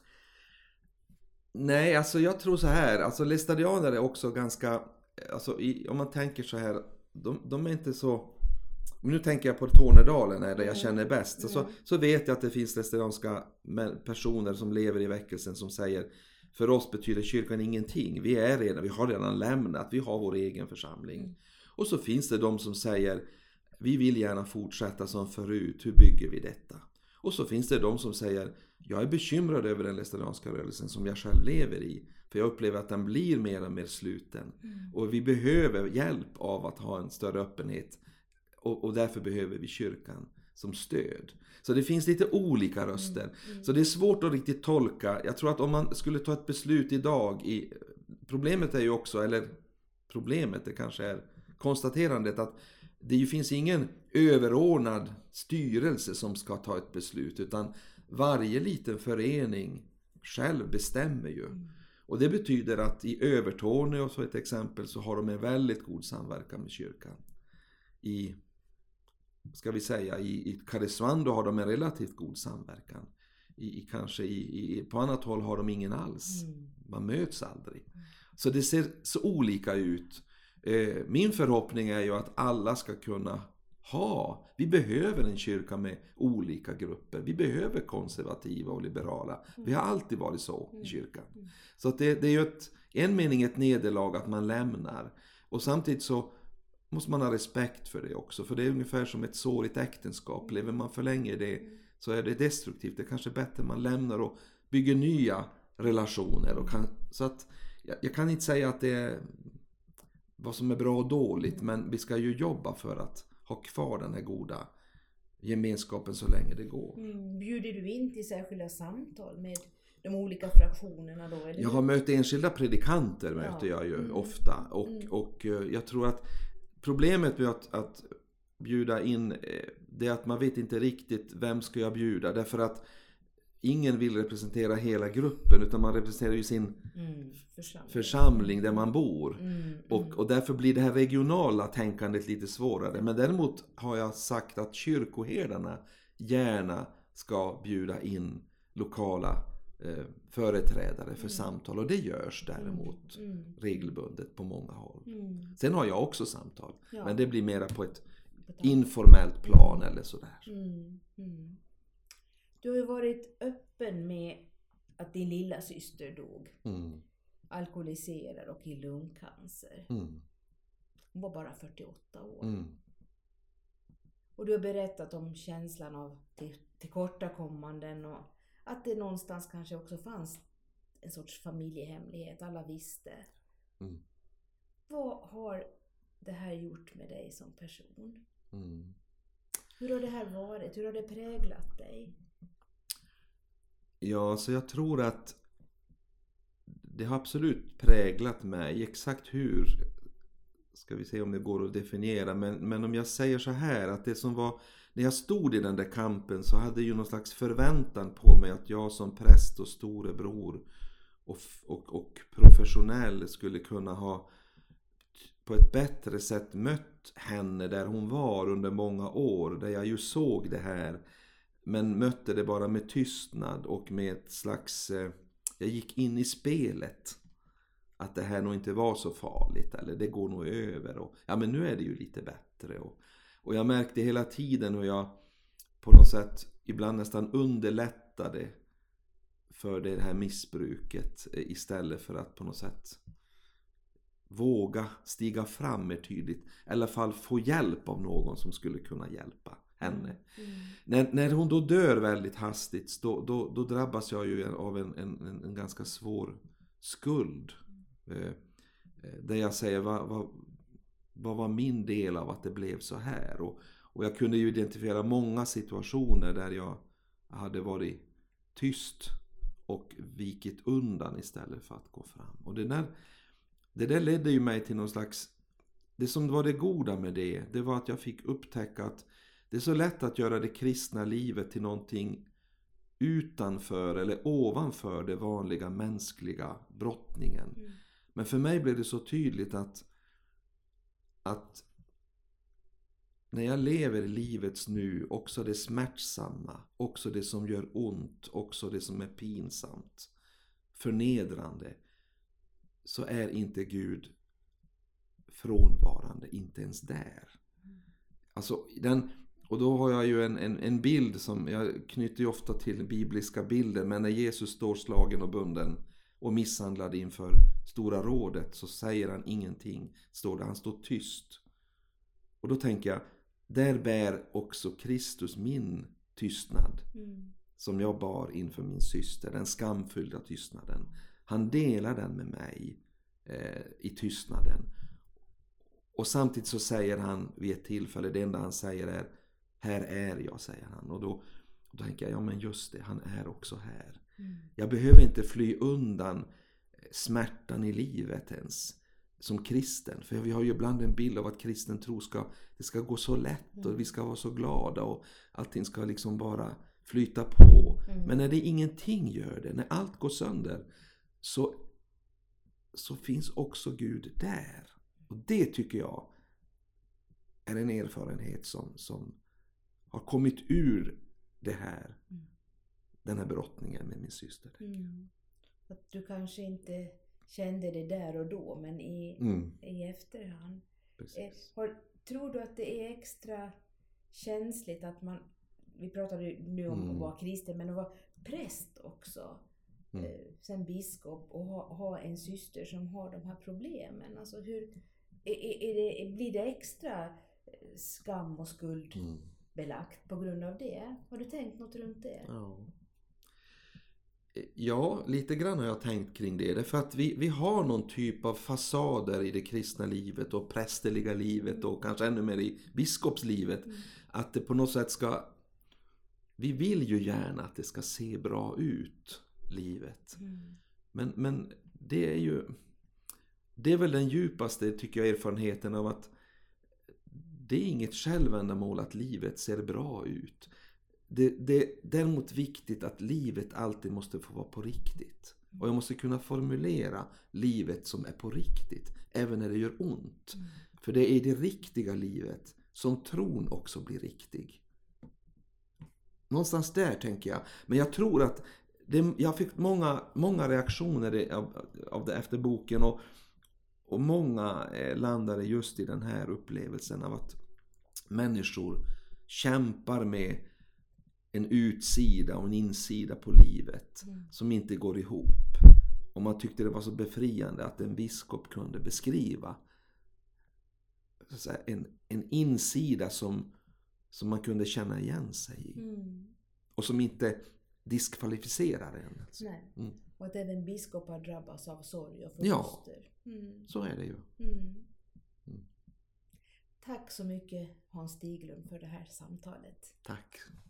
Nej, alltså jag tror så här. Alltså lästadianer är också ganska... Alltså i, om man tänker så här... De, de är inte så... Nu tänker jag på Tornedalen där jag känner bäst. Mm. Så, så vet jag att det finns lästadianska personer som lever i väckelsen som säger... För oss betyder kyrkan ingenting. Vi är redan, vi har redan lämnat. Vi har vår egen församling. Mm. Och så finns det de som säger... Vi vill gärna fortsätta som förut. Hur bygger vi detta? Och så finns det de som säger... Jag är bekymrad över den lästadianska rörelsen som jag själv lever i. För jag upplever att den blir mer och mer sluten. Mm. Och vi behöver hjälp av att ha en större öppenhet. Och, och därför behöver vi kyrkan som stöd. Så det finns lite olika röster. Mm. Mm. Så det är svårt att riktigt tolka. Jag tror att om man skulle ta ett beslut idag. I, problemet är ju också, eller problemet det kanske är konstaterandet att det ju finns ingen överordnad styrelse som ska ta ett beslut. Utan varje liten förening själv bestämmer ju. Mm. Och det betyder att i Övertorneå, så ett exempel, så har de en väldigt god samverkan med kyrkan. I, ska vi säga, i, i Karesuando har de en relativt god samverkan. I, i kanske i, i, på annat håll har de ingen alls. Mm. Man möts aldrig. Mm. Så det ser så olika ut. Eh, min förhoppning är ju att alla ska kunna ha. Vi behöver en kyrka med olika grupper. Vi behöver konservativa och liberala. Vi har alltid varit så i kyrkan. Så att det, det är ju ett, en mening ett nederlag att man lämnar. Och samtidigt så måste man ha respekt för det också. För det är ungefär som ett sårigt äktenskap. Lever man för länge i det så är det destruktivt. Det är kanske bättre man lämnar och bygger nya relationer. Och kan, så att jag, jag kan inte säga att det är vad som är bra och dåligt. Men vi ska ju jobba för att ha kvar den här goda gemenskapen så länge det går. Mm. Bjuder du in till särskilda samtal med de olika fraktionerna då? Eller? Jag har mött enskilda predikanter, möter ja. jag ju mm. ofta. Och, mm. och jag tror att problemet med att, att bjuda in, det är att man vet inte riktigt vem ska jag bjuda. Därför att ingen vill representera hela gruppen, utan man representerar ju sin mm, församling. församling där man bor. Mm, mm. Och, och därför blir det här regionala tänkandet lite svårare. Men däremot har jag sagt att kyrkoherdarna gärna ska bjuda in lokala eh, företrädare för mm. samtal. Och det görs däremot mm, mm. regelbundet på många håll. Mm. Sen har jag också samtal. Ja. Men det blir mera på ett informellt plan eller sådär. Mm, mm. Du har ju varit öppen med att din lilla syster dog. Mm. Alkoholiserad och i lungcancer. Mm. Hon var bara fyrtioåtta år. Mm. Och du har berättat om känslan av till, tillkortakommanden och att det någonstans kanske också fanns en sorts familjehemlighet. Alla visste. Mm. Vad har det här gjort med dig som person? Mm. Hur har det här varit? Hur har det präglat dig? Ja, så jag tror att det har absolut präglat mig. Exakt hur ska vi se om det går att definiera. Men, men om jag säger så här, att det som var, när jag stod i den där kampen så hade ju någon slags förväntan på mig att jag som präst och storebror och, och, och professionell skulle kunna ha på ett bättre sätt mött henne där hon var under många år. Där jag ju såg det här. Men mötte det bara med tystnad och med ett slags... Eh, jag gick in i spelet. Att det här nog inte var så farligt. Eller det går nog över. Och, ja, men nu är det ju lite bättre. Och, och jag märkte hela tiden hur jag på något sätt ibland nästan underlättade för det här missbruket. Istället för att på något sätt våga stiga fram mer tydligt. I alla fall få hjälp av någon som skulle kunna hjälpa henne. Mm. När, när hon då dör väldigt hastigt, då, då, då drabbas jag ju av en, en, en ganska svår skuld. Eh, där jag säger, vad, vad, vad var min del av att det blev så här? Och, och jag kunde ju identifiera många situationer där jag hade varit tyst och vikit undan istället för att gå fram. Och det där, det där ledde ju mig till någon slags... Det som var det goda med det, det var att jag fick upptäcka att det är så lätt att göra det kristna livet till någonting utanför eller ovanför det vanliga mänskliga brottningen. Mm. Men för mig blev det så tydligt att, att när jag lever i livets nu, också det smärtsamma, också det som gör ont, också det som är pinsamt, förnedrande, så är inte Gud frånvarande, inte ens där. Alltså den, och då har jag ju en, en, en bild som jag knyter ju ofta till bibliska bilder, men när Jesus står slagen och bunden och misshandlad inför stora rådet, så säger han ingenting, står det, han står tyst. Och då tänker jag, där bär också Kristus min tystnad, mm. som jag bar inför min syster, den skamfyllda tystnaden. Han delar den med mig eh, i tystnaden. Och samtidigt så säger han vid ett tillfälle, det enda han säger är, här är jag, säger han. Och då, då tänker jag, ja men just det, han är också här. Mm. Jag behöver inte fly undan smärtan i livet ens som kristen. För vi har ju ibland en bild av att kristen tro ska, det ska gå så lätt och vi ska vara så glada och allting ska liksom bara flyta på. Mm. Men när det ingenting gör det, när allt går sönder, så, så finns också Gud där. Och det tycker jag är en erfarenhet som, som har kommit ur det här, mm. den här brottningen med min syster. Mm. Att du kanske inte kände det där och då, men i, mm. i efterhand. Eh, har, tror du att det är extra känsligt att man, vi pratade nu om mm. att vara kristen, men att vara präst också, mm. eh, sen biskop, och ha, ha en syster som har de här problemen? Alltså hur, är, är det, blir det extra skam och skuld mm. belagt på grund av det? Har du tänkt något runt det? Ja. Ja, lite grann har jag tänkt kring det. Därför att vi, vi har någon typ av fasader i det kristna livet och prästerliga livet och kanske ännu mer i biskopslivet. Mm. Att det på något sätt ska... Vi vill ju gärna att det ska se bra ut, livet. Mm. Men, men det är ju... Det är väl den djupaste, tycker jag, erfarenheten av att det är inget självändamål att livet ser bra ut. Det, det är däremot viktigt att livet alltid måste få vara på riktigt. Och jag måste kunna formulera livet som är på riktigt, även när det gör ont. Mm. För det är det riktiga livet som tron också blir riktig. Någonstans där tänker jag. Men jag tror att det, jag fick många, många reaktioner av, av det efter boken. Och, och många landade just i den här upplevelsen av att människor kämpar med en utsida och en insida på livet mm. som inte går ihop. Och man tyckte det var så befriande att en biskop kunde beskriva så att säga, en, en insida som, som man kunde känna igen sig i. Mm. Och som inte diskvalificerar en. Alltså. Nej. Mm. Och att även biskopar drabbas av sorg och förluster. Ja, mm. så är det ju. Mm. Mm. Tack så mycket, Hans Stiglund, för det här samtalet. Tack.